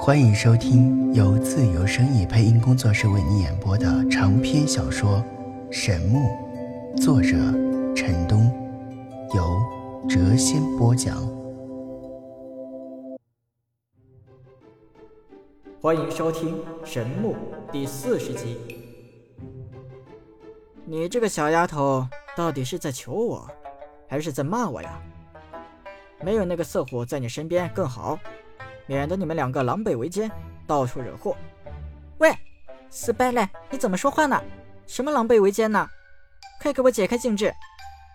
欢迎收听由自由声意配音工作室为你演播的长篇小说《神木》，作者陈东，由谪仙播讲。 欢迎收听《神木》第40集。你这个小丫头到底是在求我，还是在骂我呀？没有那个色虎在你身边更好，免得你们两个狼狈为奸，到处惹祸。 喂，死败类，你怎么说话呢？什么狼狈为奸呢？快给我解开禁制！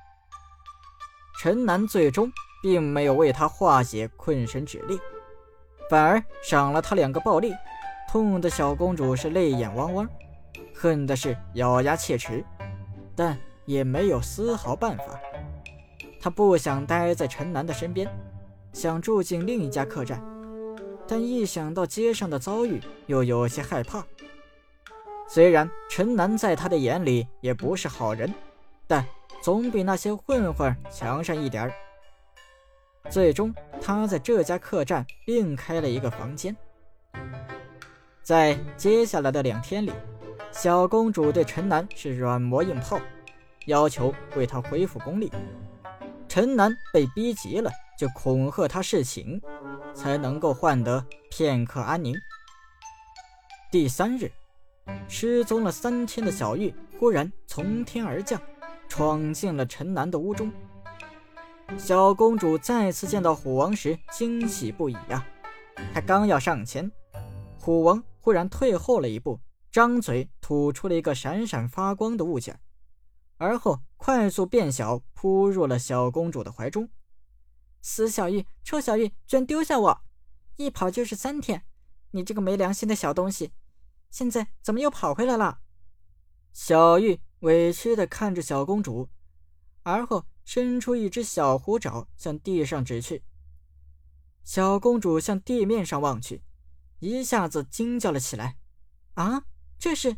陈南最终并没有为他化解困身之力，反而赏了他2个暴力，痛的小公主是泪眼汪汪，恨的是咬牙切齿，但也没有丝毫办法。她不想待在陈南的身边，想住进另一家客栈，但一想到街上的遭遇，又有些害怕。虽然陈南在他的眼里也不是好人，但总比那些混混强上一点儿。最终他在这家客栈另开了一个房间。在接下来的2天里，小公主对陈南是软磨硬泡，要求为他恢复功力。陈南被逼急了，就恐吓他侍寝，才能够换得片刻安宁。第3日，失踪了3天的小玉忽然从天而降，闯进了陈南的屋中。小公主再次见到虎王时惊喜不已啊！她刚要上前，虎王忽然退后了一步，张嘴吐出了一个闪闪发光的物件，而后快速变小，扑入了小公主的怀中。 死小玉，臭小玉，居然丢下我！一跑就是3天，你这个没良心的小东西，现在怎么又跑回来了？ 小玉委屈地看着小公主，而后伸出一只小虎爪向地上指去。小公主向地面上望去，一下子惊叫了起来。 啊，这是……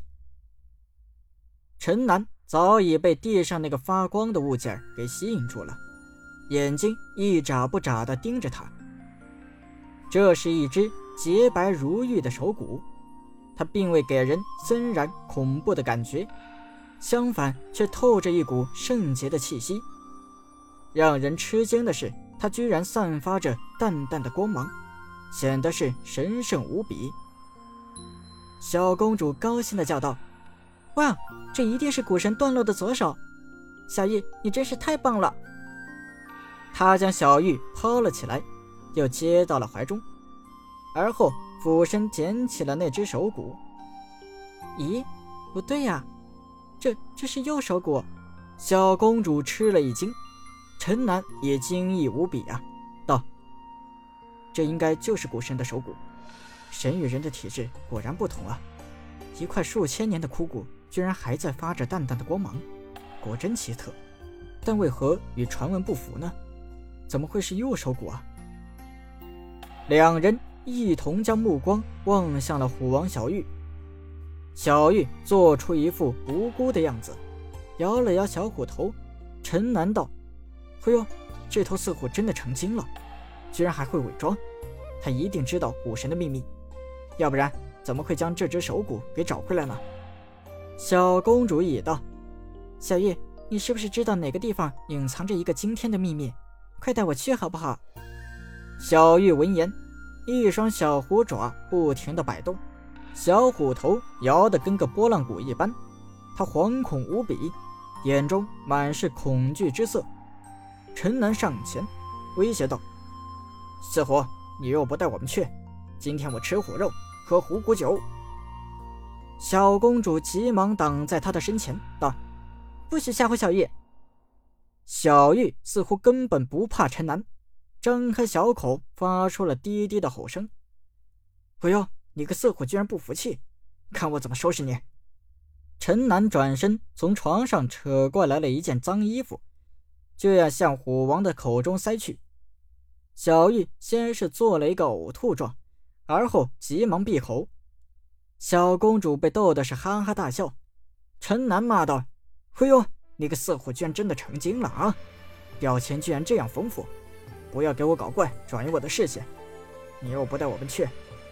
陈南早已被地上那个发光的物件给吸引住了，眼睛一眨不眨地盯着他。这是一只洁白如玉的手骨，它并未给人森然恐怖的感觉，相反却透着一股圣洁的气息。让人吃惊的是，它居然散发着淡淡的光芒，显得是神圣无比。小公主高兴地叫道： 哇，这一定是古神断落的左手！小玉，你真是太棒了！ 她将小玉抛了起来，又接到了怀中，而后俯身捡起了那只手骨。 咦，不对呀，这是右手骨！ 小公主吃了一惊，陈南也惊异无比啊，道：这应该就是古神的手骨。神与人的体质果然不同啊，一块数千年的枯骨居然还在发着淡淡的光芒，果真奇特。但为何与传闻不符呢？怎么会是右手骨啊？2人一同将目光望向了虎王小玉。小玉做出一副无辜的样子，摇了摇小虎头。陈南道：嘿呦，这头色虎真的成精了，居然还会伪装，他一定知道武神的秘密，要不然怎么会将这只手骨给找回来呢？小公主也道： 小玉，你是不是知道哪个地方隐藏着一个惊天的秘密？快带我去好不好？ 小玉闻言，一双小虎爪不停地摆动，小虎头摇得跟个拨浪鼓一般，她惶恐无比，眼中满是恐惧之色。陈南上前威胁道：四虎，你若不带我们去，今天我吃虎肉，喝虎骨酒。小公主急忙挡在他的身前道： 不许吓唬小玉！ 小玉似乎根本不怕陈南，张开小口发出了低低的吼声。哎呦，你个色虎居然不服气，看我怎么收拾你！陈南转身从床上扯过来了一件脏衣服，就要向虎王的口中塞去。小玉先是做了一个呕吐状，而后急忙闭口。小公主被逗的是哈哈大笑。陈南骂道：哎呦，你个色虎居然真的成精了啊！表情居然这样丰富，不要给我搞怪，转移我的视线。你若不带我们去，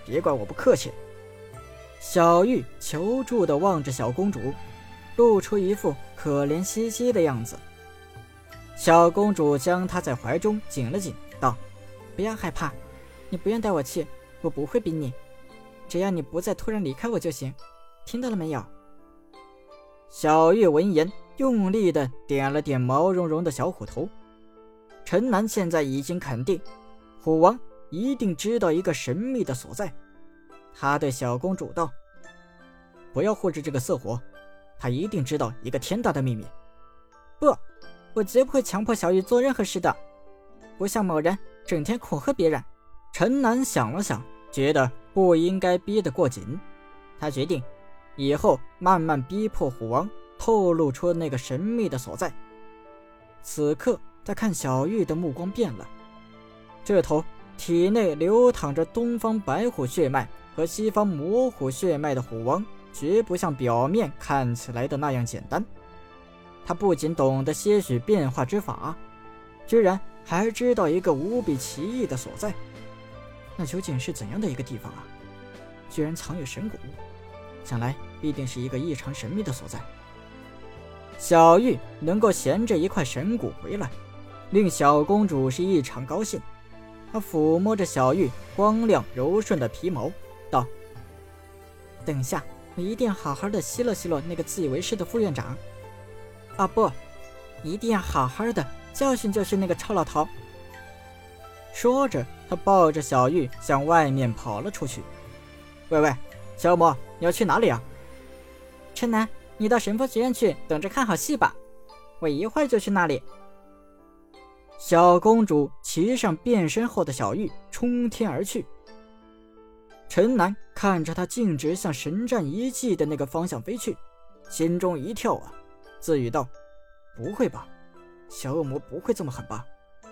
别怪我不客气。小玉求助地望着小公主，露出一副可怜兮兮的样子。小公主将她在怀中紧了紧，道： 不要害怕，你不愿带我去，我不会逼你，只要你不再突然离开我就行，听到了没有？ 小玉闻言，用力地点了点毛茸茸的小虎头。陈南现在已经肯定，虎王一定知道一个神秘的所在。他对小公主道：不要护着这个色火，他一定知道一个天大的秘密。 不，我绝不会强迫小玉做任何事的，不像某人整天恐吓别人。 陈南想了想，觉得不应该逼得过紧，他决定以后慢慢逼迫虎王透露出那个神秘的所在。此刻他看小玉的目光变了，这头体内流淌着东方白虎血脉和西方魔虎血脉的虎王绝不像表面看起来的那样简单。他不仅懂得些许变化之法，居然还知道一个无比奇异的所在。那究竟是怎样的一个地方啊？居然藏有神骨，想来必定是一个异常神秘的所在。小玉能够衔着一块神骨回来，令小公主是异常高兴。她抚摸着小玉光亮柔顺的皮毛，道： 等下我一定要好好的奚落奚落那个自以为是的副院长。啊不，一定要好好的教训教训那个臭老头。 说着，他抱着小玉向外面跑了出去。喂，小魔，你要去哪里啊？ 陈南，你到神佛学院去等着看好戏吧，我一会儿就去那里。 小公主骑上变身后的小玉，冲天而去。陈南看着她径直向神战遗迹的那个方向飞去，心中一跳啊，自语道：不会吧，小恶魔不会这么狠吧？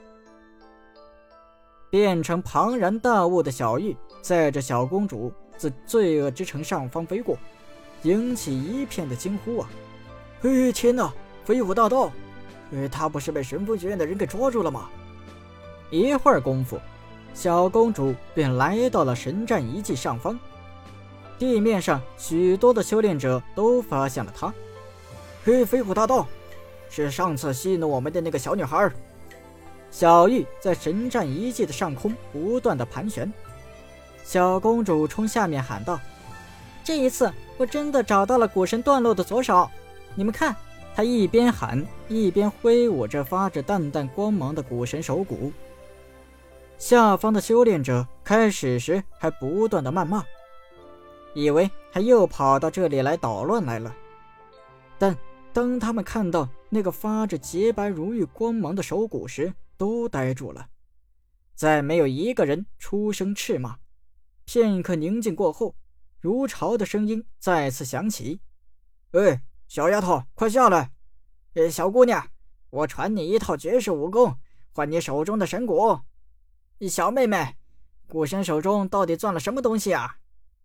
变成庞然大物的小玉载着小公主自罪恶之城上方飞过，引起一片的惊呼啊！天哪，飞虎大盗！他不是被神风学院的人给捉住了吗？一会儿功夫，小公主便来到了神战遗迹上方。地面上许多的修炼者都发现了他。飞虎大盗，是上次戏弄我们的那个小女孩。小玉在神战遗迹的上空不断的盘旋。小公主冲下面喊道： 这一次我真的找到了古神断落的左手，你们看。他一边喊一边挥舞着发着淡淡光芒的古神手骨。 下方的修炼者开始时还不断的谩骂，以为他又跑到这里来捣乱来了。但当他们看到那个发着洁白如玉光芒的手骨时，都呆住了，再没有一个人出声斥骂。片刻宁静过后，如潮的声音再次响起：小丫头，快下来！小姑娘，我传你一套绝世武功，换你手中的神骨。小妹妹，古神手中到底攥了什么东西啊？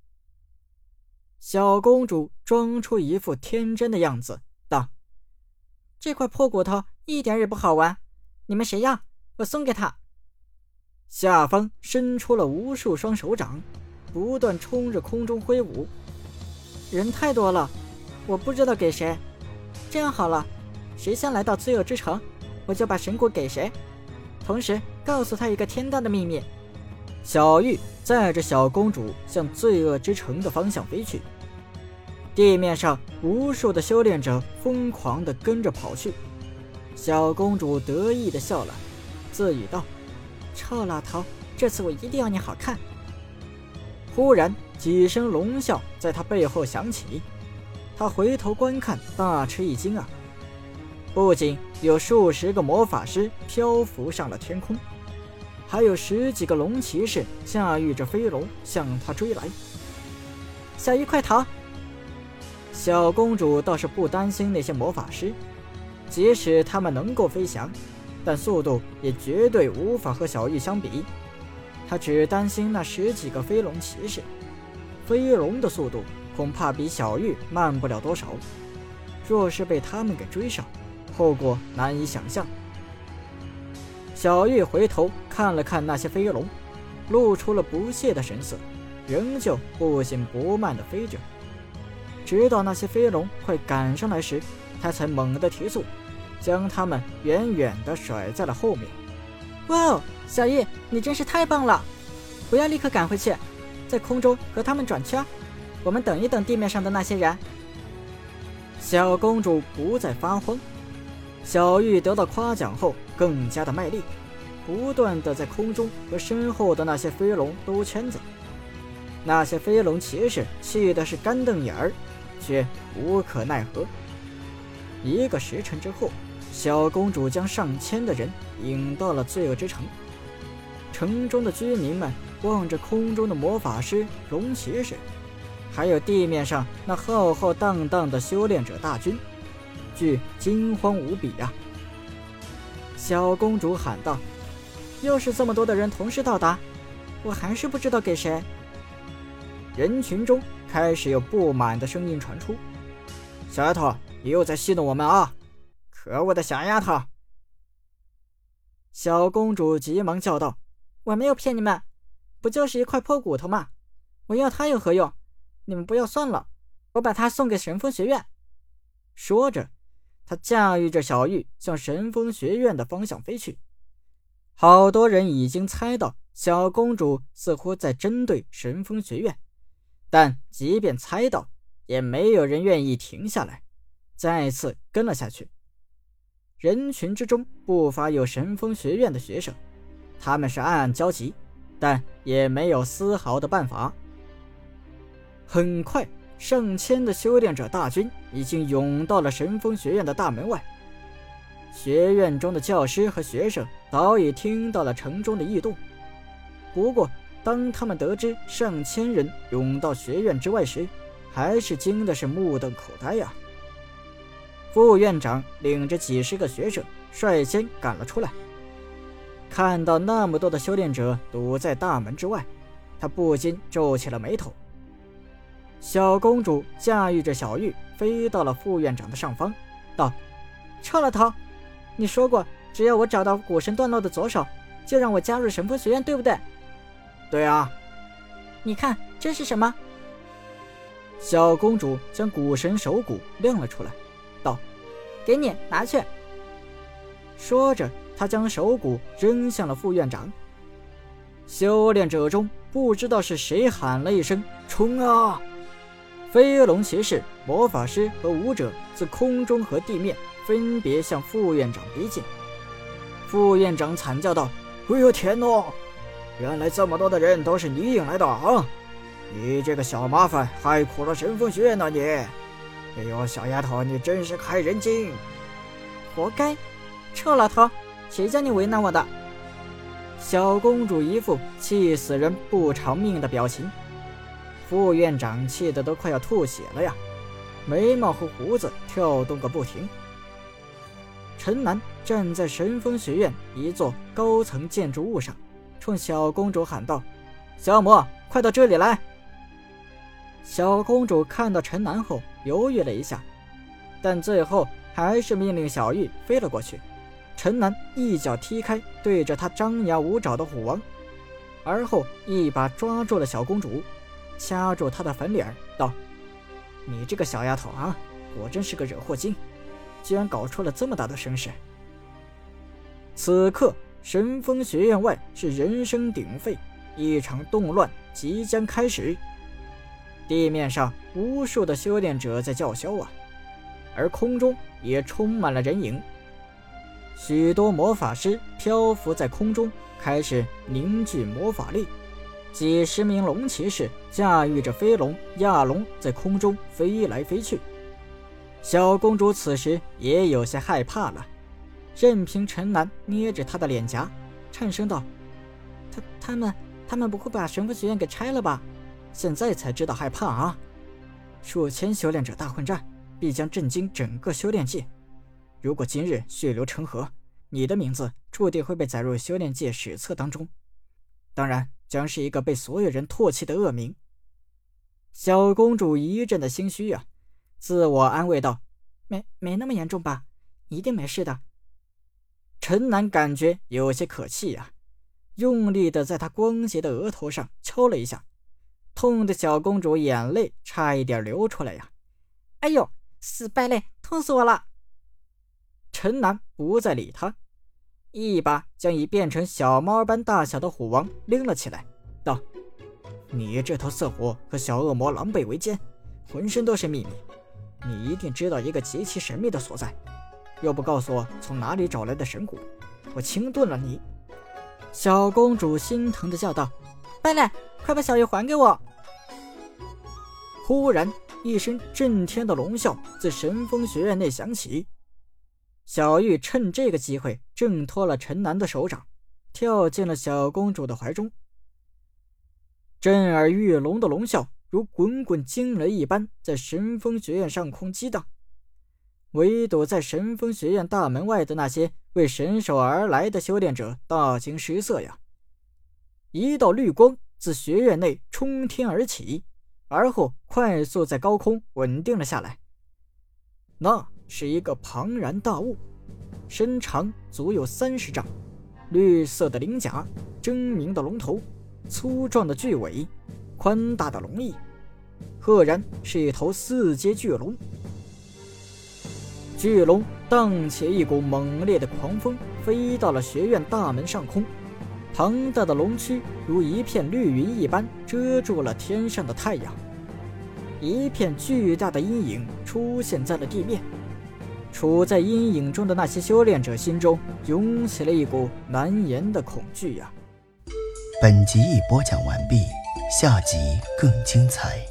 小公主装出一副天真的样子，道： 这块破骨头一点也不好玩，你们谁要，我送给他。 下方伸出了无数双手掌，不断冲着空中挥舞。 人太多了，我不知道给谁。这样好了，谁先来到罪恶之城，我就把神骨给谁，同时告诉他一个天大的秘密。 小玉载着小公主向罪恶之城的方向飞去，地面上无数的修炼者疯狂地跟着跑去。小公主得意地笑了，自语道： 臭老头，这次我一定要你好看。 忽然几声龙啸在她背后响起，她回头观看，大吃一惊啊！不仅有数十个魔法师漂浮上了天空，还有10几个龙骑士驾驭着飞龙向她追来。 小玉快逃！ 小公主倒是不担心那些魔法师，即使他们能够飞翔，但速度也绝对无法和小玉相比。她只担心那10几个飞龙骑士，飞龙的速度恐怕比小玉慢不了多少，若是被他们给追上，后果难以想象。小玉回头看了看那些飞龙，露出了不屑的神色， 仍旧不紧不慢地飞着，直到那些飞龙快赶上来时，他才猛地提速，将它们远远地甩在了后面。 哇哦，小玉，你真是太棒了！不要立刻赶回去，在空中和他们转圈，我们等一等地面上的那些人。 小公主不再发慌，小玉得到夸奖后更加的卖力，不断地在空中和身后的那些飞龙兜圈子。那些飞龙骑士气的是干瞪眼儿，却无可奈何。1个时辰之后，小公主将上千的人引到了罪恶之城。城中的居民们望着空中的魔法师、龙骑士，还有地面上那浩浩荡荡的修炼者大军，俱惊慌无比呀！小公主喊道：“ 又是这么多的人同时到达，我还是不知道给谁。” 人群中开始有不满的声音传出：“小丫头，你又在戏弄我们啊！可恶的小丫头！”小公主急忙叫道：“ 我没有骗你们，不就是一块破骨头吗？我要它有何用？你们不要算了，我把它送给神风学院。” 说着，她驾驭着小玉向神风学院的方向飞去。好多人已经猜到小公主似乎在针对神风学院，但即便猜到，也没有人愿意停下来，再次跟了下去。人群之中不乏有神风学院的学生，他们是暗暗焦急，但也没有丝毫的办法。很快，上千的修炼者大军已经涌到了神风学院的大门外。学院中的教师和学生早已听到了城中的异动，不过当他们得知上千人涌到学院之外时，还是惊的是目瞪口呆呀。副院长领着几十个学生率先赶了出来，看到那么多的修炼者堵在大门之外，他不禁皱起了眉头。小公主驾驭着小玉飞到了副院长的上方，道：“ 臭老头，你说过只要我找到古神断落的左手，就让我加入神风学院，对不对？”“ 对啊。”“ 你看这是什么？” 小公主将古神手骨亮了出来，道：“ 给你，拿去。” 说着，她将手骨扔向了副院长。修炼者中不知道是谁喊了一声：“冲啊！”飞龙骑士、魔法师和武者自空中和地面分别向副院长逼近。副院长惨叫道：“哎呦天哪！原来这么多的人都是你引来的啊！你这个小麻烦，害苦了神风学院呢你！哎呦，小丫头，你真是害人精！ 活该！臭老头，谁叫你为难我的？” 小公主一副气死人不偿命的表情。副院长气得都快要吐血了呀，眉毛和胡子跳动个不停。陈南站在神风学院一座高层建筑物上，冲小公主喊道：“小魔，快到这里来！”小公主看到陈南后犹豫了一下，但最后还是命令小玉飞了过去。陈南一脚踢开对着他张牙舞爪的虎王，而后一把抓住了小公主，掐住她的粉脸道：“你这个小丫头啊，果真是个惹祸精，居然搞出了这么大的声势。”此刻神风学院外是人声鼎沸，一场动乱即将开始。地面上无数的修炼者在叫嚣啊，而空中也充满了人影。许多魔法师漂浮在空中，开始凝聚魔法力。几十名龙骑士驾驭着飞龙、亚龙在空中飞来飞去。小公主此时也有些害怕了，任凭陈南捏着她的脸颊，颤声道：“ 他们不会把神风学院给拆了吧？ 现在才知道害怕啊！数千修炼者大混战，必将震惊整个修炼界。如果今日血流成河，你的名字注定会被载入修炼界史册当中，当然将是一个被所有人唾弃的恶名。”小公主一阵的心虚啊，自我安慰道：“ 没那么严重吧，一定没事的。” 陈南感觉有些可气啊，用力的在她光洁的额头上敲了一下， 痛的小公主眼泪差一点流出来呀！ 哎呦，死败类，痛死我了！ 陈南不再理他，一把将已变成小猫般大小的虎王拎了起来，道：你这头色虎和小恶魔狼狈为奸，浑身都是秘密，你一定知道一个极其神秘的所在，又不告诉我从哪里找来的神骨，我清炖了你！ 小公主心疼地叫道：败类，快把小玉还给我！ 忽然一声震天的龙啸自神风学院内响起，小玉趁这个机会挣脱了陈南的手掌，跳进了小公主的怀中。震耳欲聋的龙啸如滚滚惊雷一般在神风学院上空激荡，围堵在神风学院大门外的那些为神手而来的修炼者大惊失色呀！一道绿光自学院内冲天而起，而后快速在高空稳定了下来。那是一个庞然大物，身长足有30丈，绿色的鳞甲，狰狞的龙头，粗壮的巨尾，宽大的龙翼，赫然是一头4阶巨龙。巨龙荡起一股猛烈的狂风，飞到了学院大门上空，庞大的龙躯如一片绿云一般遮住了天上的太阳，一片巨大的阴影出现在了地面。处在阴影中的那些修炼者心中涌起了一股难言的恐惧呀！ 本集已播讲完毕，下集更精彩。